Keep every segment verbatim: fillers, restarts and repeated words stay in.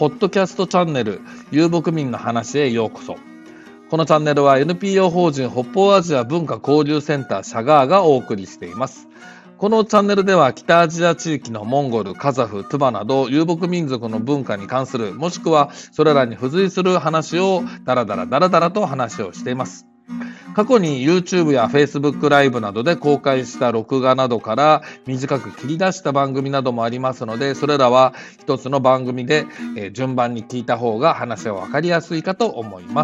ッドキャストチャンネル遊牧民の話へようこそ。このチャンネルは エヌピーオー 法人北方アジア文化交流センターシャガーがお送りしています。このチャンネルでは北アジア地域のモンゴル、カザフ、トゥバなど遊牧民族の文化に関する、もしくはそれらに付随する話をダラダラダラダラと話をしています。過去に YouTube や Facebook ライブなどで公開した録画などから短く切り出した番組などもありますので、それらは一つの番組で、えー、順番に聞いた方が話は分かりやすいかと思います。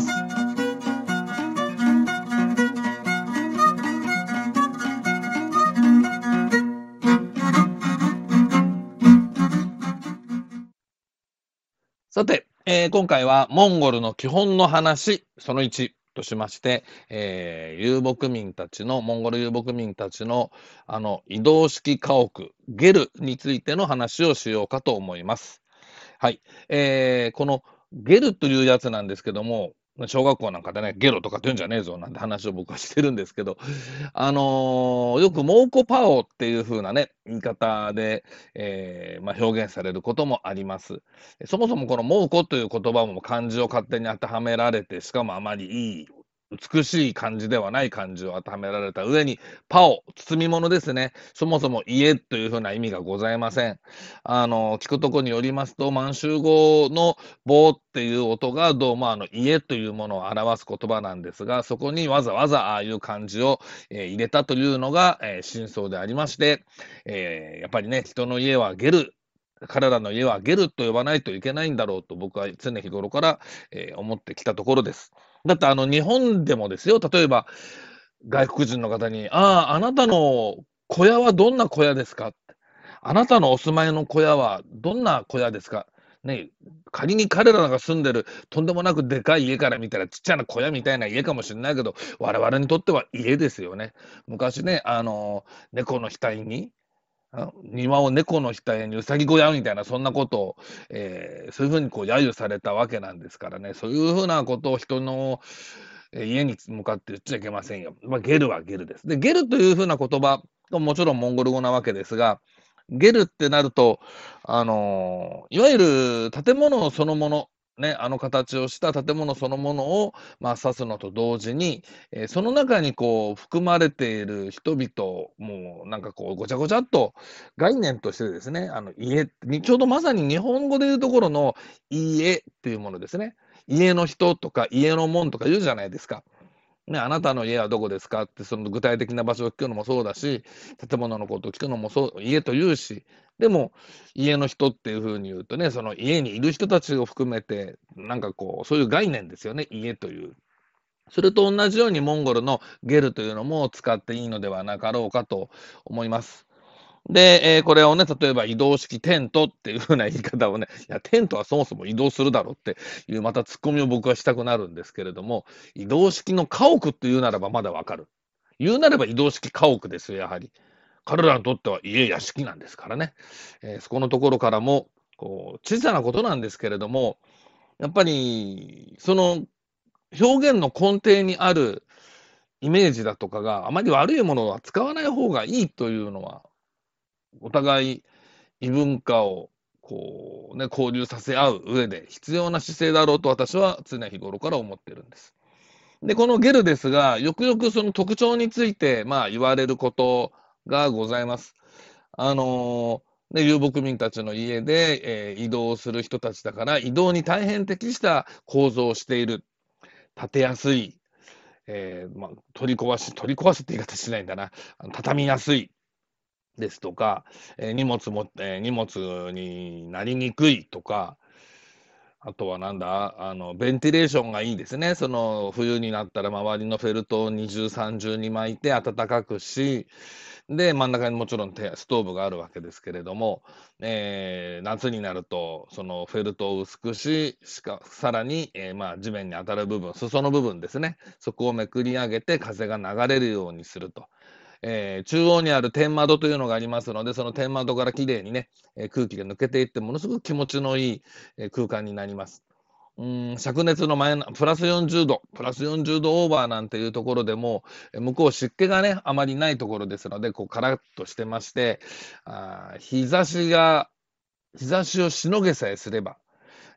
さて、えー、今回はモンゴルの基本の話そのいちとしまして、えー、遊牧民たちの、モンゴル遊牧民たちのあの移動式家屋、ゲルについての話をしようかと思います。はい。えー、このゲルというやつなんですけども、小学校なんかでね、ゲロとかって言うんじゃねえぞなんて話を僕はしてるんですけど、あのー、よくモーコパオっていう風なね、言い方で、えーまあ、表現されることもあります。そもそもこのモーコという言葉も漢字を勝手に当てはめられて、しかもあまりいい、美しい漢字ではない漢字を当てはめられた上に、パオ、包み物ですね。そもそも家というふうな意味がございません。あの、聞くとこによりますと、満州語の棒っていう音がどうもあの家というものを表す言葉なんですが、そこにわざわざああいう漢字を、えー入れたというのが、えー真相でありまして、えーやっぱりね、人の家はゲル、彼らの家はゲルと呼ばないといけないんだろうと僕は常日頃から、えー思ってきたところです。だってあの日本でもですよ、例えば外国人の方に、ああ、あなたの小屋はどんな小屋ですか？あなたのお住まいの小屋はどんな小屋ですか？ね、仮に彼らが住んでるとんでもなくでかい家から見たらちっちゃな小屋みたいな家かもしれないけど、我々にとっては家ですよね。昔ね、あの、猫の額に、あ庭を猫の額にうさぎ小屋みたいな、そんなことを、えーそういうふうにこう揶揄されたわけなんですからね、そういうふうなことを人のえー家に向かって言っちゃいけませんよ。まあ、ゲルはゲルです。で、ゲルというふうな言葉がもちろんモンゴル語なわけですが、ゲルってなると、あのーいわゆる建物そのもの、ね、あの形をした建物そのものを、まあ、指すのと同時に、えーその中にこう含まれている人々もなんかこうごちゃごちゃっと概念としてですね、あの家にちょうどまさに日本語でいうところの家っていうものですね。家の人とか家の門とか言うじゃないですか。ね、あなたの家はどこですかって、その具体的な場所を聞くのもそうだし、建物のことを聞くのもそう、家と言うし、でも、家の人っていうふうに言うとね、その家にいる人たちを含めて、なんかこう、そういう概念ですよね、家という。それと同じようにモンゴルのゲルというのも使っていいのではなかろうかと思います。で、えーこれをね、例えば移動式テントっていう風な言い方をね、いや、テントはそもそも移動するだろうっていう、またツッコミを僕はしたくなるんですけれども、移動式の家屋っていうならばまだわかる。言うなれば移動式家屋ですよ、やはり。彼らにとっては家、屋敷なんですからね。えーそこのところからも、こう、小さなことなんですけれども、やっぱり、その表現の根底にあるイメージだとかがあまり悪いものは使わない方がいいというのは、お互い異文化をこうね、交流させ合う上で必要な姿勢だろうと私は常日頃から思ってるんです。で、このゲルですが、よくよくその特徴について、まあ言われることがございます。あのーね、遊牧民たちの家で、えー移動する人たちだから、移動に大変適した構造をしている。建てやすい。えーまあ、取り壊し、取り壊すって言い方しないんだな。あの畳みやすい。ですとか、えー荷物も、えー荷物になりにくいとか、あとはなんだ、あの、ベンティレーションがいいですね。その、冬になったら周りのフェルトを二重三重に巻いて暖かくし、で、真ん中にもちろんてストーブがあるわけですけれども、えー夏になると、そのフェルトを薄くし、しか、さらに、えーまあ、地面に当たる部分、裾の部分ですね。そこをめくり上げて風が流れるようにすると。えー中央にある天窓というのがありますので、その天窓からきれいにね、えー空気が抜けていって、ものすごく気持ちのいい、えー空間になります。うーん、灼熱の前のプラスよんじゅうど、プラスよんじゅうどオーバーなんていうところでも、え向こう湿気がね、あまりないところですので、こうカラッとしてまして、あー日差しが、日差しをしのげさえすれば、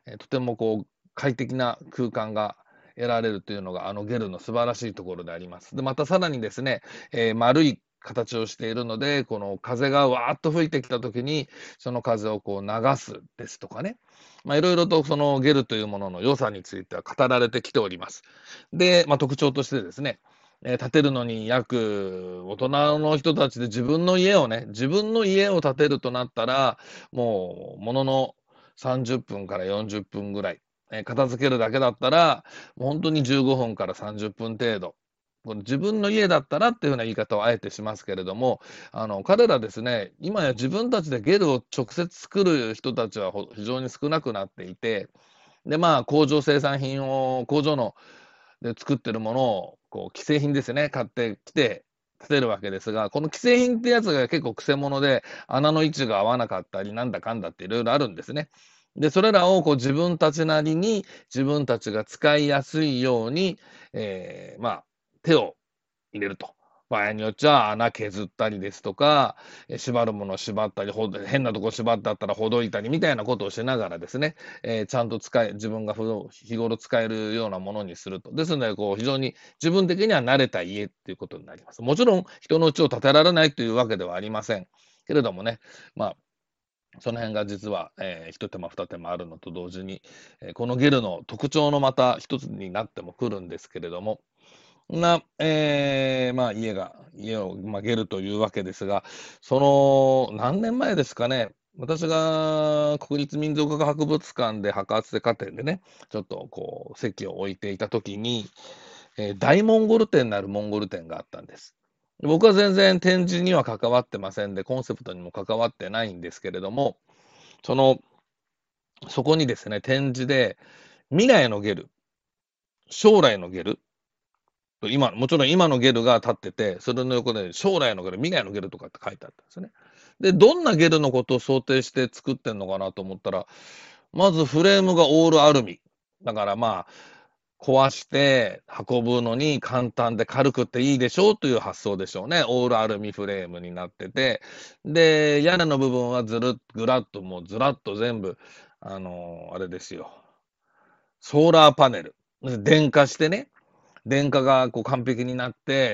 えーとてもこう快適な空間が得られるというのがあのゲルの素晴らしいところであります。で、またさらにですね、えー丸い形をしているので、この風がわーっと吹いてきたときに、その風をこう流すですとかね。まあ、いろいろとそのゲルというものの良さについては語られてきております。で、まあ、特徴としてですね、えー建てるのに約、大人の人たちで自分の家をね、自分の家を建てるとなったら、もう、もののさんじゅっぷんからよんじゅっぷんぐらい。えー片付けるだけだったら、もう本当にじゅうごふんからさんじゅっぷん程度。この自分の家だったらっていうような言い方をあえてしますけれども、あの、彼らですね、今や自分たちでゲルを直接作る人たちはほ非常に少なくなっていて、で、まあ、工場生産品を、工場ので作ってるものを、こう、既製品ですね、買ってきて、建てるわけですが、この既製品ってやつが結構くせ者で、穴の位置が合わなかったり、なんだかんだっていろいろあるんですね。で、それらをこう自分たちなりに、自分たちが使いやすいように、えーまあ、手を入れると。場合によっちゃ穴削ったりですとか、え、縛るものを縛ったり、ほど変なとこ縛ってあったらほどいたりみたいなことをしながらですね、えーちゃんと使え自分がふど日頃使えるようなものにすると。ですので、こう非常に自分的には慣れた家っていうことになります。もちろん人の家を建てられないというわけではありません。けれどもね、まあ、その辺が実は、えー一手間二手間あるのと同時に、えーこのゲルの特徴のまた一つになってもくるんですけれども、な、えーまあ、家が、家を、まあ、ゲルというわけですが、その、何年前ですかね、私が国立民族学博物館で博士課程でね、ちょっとこう、席を置いていたときに、えー大モンゴル展なるモンゴル展があったんです。僕は全然展示には関わってませんで、コンセプトにも関わってないんですけれども、その、そこにですね、展示で、未来のゲル、将来のゲル、今、もちろん今のゲルが立ってて、それの横で将来のゲル、未来のゲルとかって書いてあったんですね。で、どんなゲルのことを想定して作ってんのかなと思ったら、まずフレームがオールアルミ。だからまあ、壊して運ぶのに簡単で軽くていいでしょうという発想でしょうね。オールアルミフレームになってて、で、屋根の部分はずるっ、ぐらっともうずらっと全部、あのあれですよ。ソーラーパネル。電化してね、電化がこう完璧になって、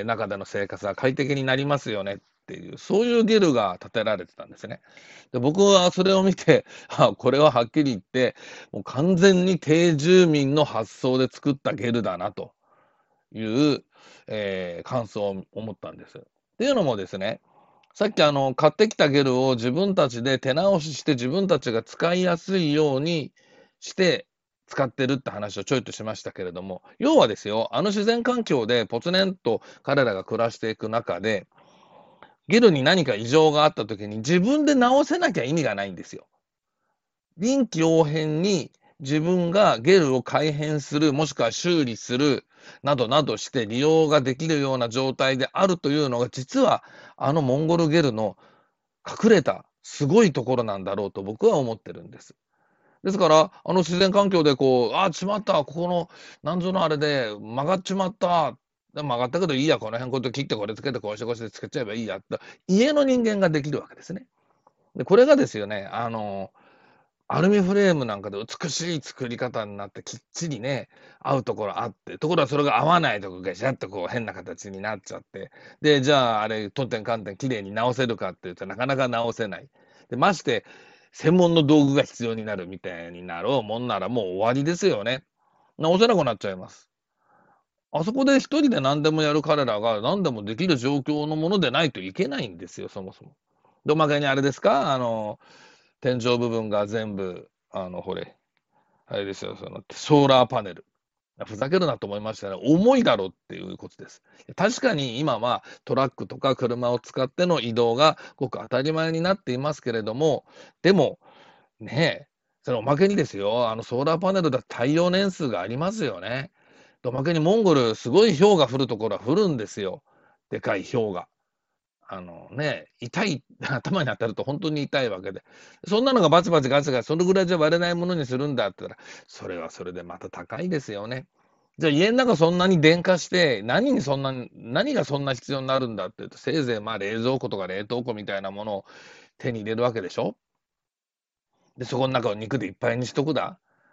中での生活が快適になりますよねっていう、そういうゲルが建てられてたんですね。で、僕はそれを見て、あ、これははっきり言って、もう完全に定住民の発想で作ったゲルだなという、えー感想を思ったんです。っていうのもですね、さっきあの、買ってきたゲルを自分たちで手直しして自分たちが使いやすいようにして使ってるって話をちょいとしましたけれども、要はですよ、あの自然環境でぽつねんと彼らが暮らしていく中で、ゲルに何か異常があった時に自分で直せなきゃ意味がないんですよ。臨機応変に自分がゲルを改変する、もしくは修理する、などなどして利用ができるような状態であるというのが、実はあのモンゴルゲルの隠れたすごいところなんだろうと僕は思ってるんです。ですから、あの自然環境でこう、ああ、しまった、ここの、なんぞのあれで曲がっちまった。で曲がったけどいいや、この辺こうやって切ってこれつけてこうしてこうしてつけちゃえばいいやって、家の人間ができるわけですね。で、これがですよね、あの、アルミフレームなんかで美しい作り方になってきっちりね、合うところあって、ところがそれが合わないとこがシャッとこう変な形になっちゃって、で、じゃああれ、当店観点きれいに直せるかっていうとなかなか直せない。で、まして、専門の道具が必要になるみたいになろうもんならもう終わりですよね。直せなくなっちゃいます。あそこで一人で何でもやる彼らが何でもできる状況のものでないといけないんですよ、そもそも。で、おまけにあれですか、あの、天井部分が全部、あの、ほれ、あれですよ、その、ソーラーパネル。ふざけるなと思いましたね。重いだろっていうことです。確かに今はトラックとか車を使っての移動がごく当たり前になっていますけれども、でも、ねえ、そのおまけにですよ、あのソーラーパネルだと耐用年数がありますよね。でおまけにモンゴル、すごい氷が降るところは降るんですよ。でかい氷が。あのね、痛い、頭に当たると本当に痛いわけで。そんなのがバチバチガチガチ、そのぐらいじゃ割れないものにするんだって言ったら、それはそれでまた高いですよね。じゃあ家の中そんなに電化して、何にそんなに、何がそんな必要になるんだって言うと、せいぜいまあ冷蔵庫とか冷凍庫みたいなものを手に入れるわけでしょ。で、そこの中を肉でいっぱいにしとくだ。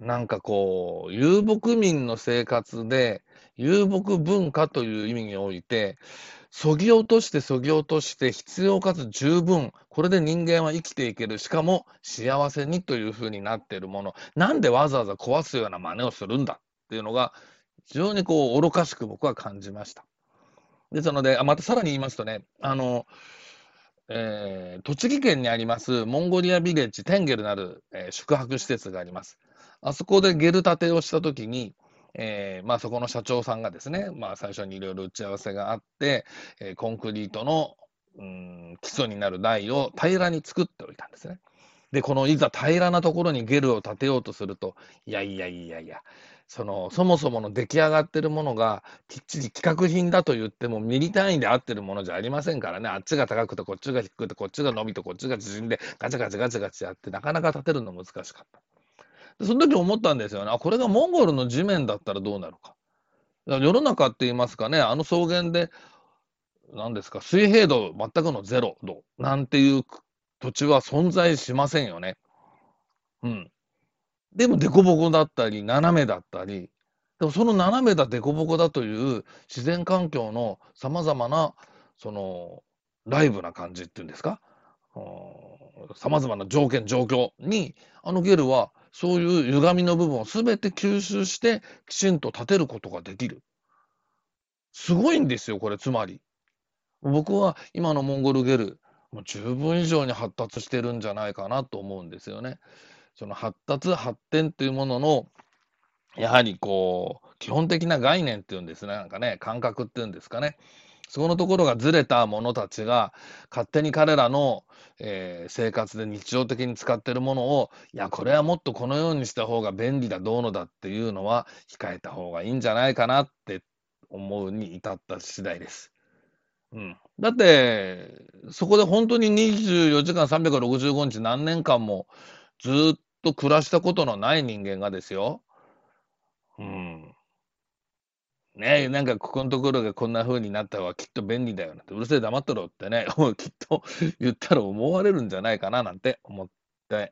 なんかこう、遊牧民の生活で、遊牧文化という意味において、削ぎ落として削ぎ落として必要かつ十分、これで人間は生きていける、しかも幸せにというふうになっているもの、なんでわざわざ壊すような真似をするんだっていうのが、非常にこう愚かしく僕は感じました。ですので、あまたさらに言いますとね、あの、えー栃木県にありますモンゴリアビレッジテンゲルなる、えー宿泊施設があります。あそこでゲル建てをしたときに、えーまあ、そこの社長さんがですね、まあ、最初にいろいろ打ち合わせがあって、えーコンクリートの、うん、基礎になる台を平らに作っておいたんですね。で、このいざ平らなところにゲルを建てようとすると、いやいやいやいや、その、そもそもの出来上がってるものが、きっちり規格品だと言っても、ミリ単位で合ってるものじゃありませんからね。あっちが高くて、こっちが低くて、こっちが伸びて、こっちが縮んで、ガチャガチャガチャガチャやって、なかなか建てるの難しかった。で、その時思ったんですよね。あ、これがモンゴルの地面だったらどうなるか。だから世の中って言いますかね、あの草原で、何ですか、水平度全くのゼロ度なんていう土地は存在しませんよね。うん。でも凸凹だったり、斜めだったり、でもその斜めだ、凸凹だという自然環境の様々な、その、ライブな感じっていうんですか、さまざまな条件、状況に、あのゲルはそういう歪みの部分を全て吸収して、きちんと立てることができる。すごいんですよ、これ、つまり。僕は今のモンゴルゲル、もう十分以上に発達してるんじゃないかなと思うんですよね。その発達、発展というもののやはりこう、基本的な概念っていうんですね、なんかね、感覚っていうんですかね。そこのところがずれた者たちが、勝手に彼らの、えー生活で日常的に使っているものを、いや、これはもっとこのようにした方が便利だ、どうのだっていうのは、控えた方がいいんじゃないかなって思うに至った次第です。うん。だって、そこで本当ににじゅうよじかんさんびゃくろくじゅうごにち何年間もずっと暮らしたことのない人間がですよ。うん。ねえ、なんかここのところがこんな風になったわ、きっと便利だよなんて、うるせえ黙ってろってね、きっと言ったら思われるんじゃないかななんて思って、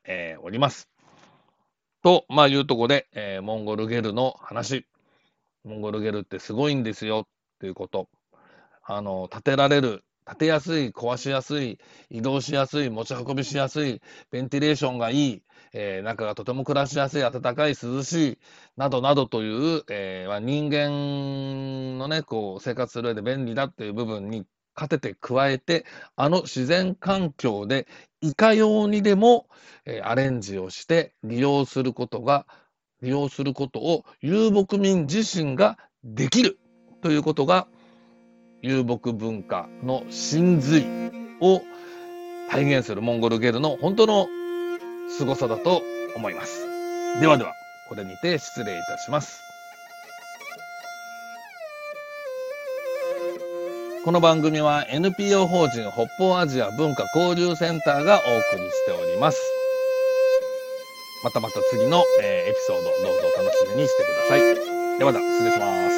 えーおります。と、まあいうとこで、えーモンゴルゲルの話。モンゴルゲルってすごいんですよっていうこと。あの、建てられる、建てやすい、壊しやすい、移動しやすい、持ち運びしやすい、ベンティレーションがいい、えー中がとても暮らしやすい、暖かい、涼しい、などなどという、えーまあ、人間のね、こう、生活する上で便利だっていう部分に勝てて加えて、あの自然環境でいかようにでも、えーアレンジをして利用することが、利用することを遊牧民自身ができるということが、遊牧文化の真髄を体現するモンゴルゲルの本当の凄さだと思います。ではでは、これにて失礼いたします。この番組は エヌピーオー 法人北方アジア文化交流センターがお送りしております。またまた次の、えーエピソードどうぞ楽しみにしてください。ではでは、失礼します。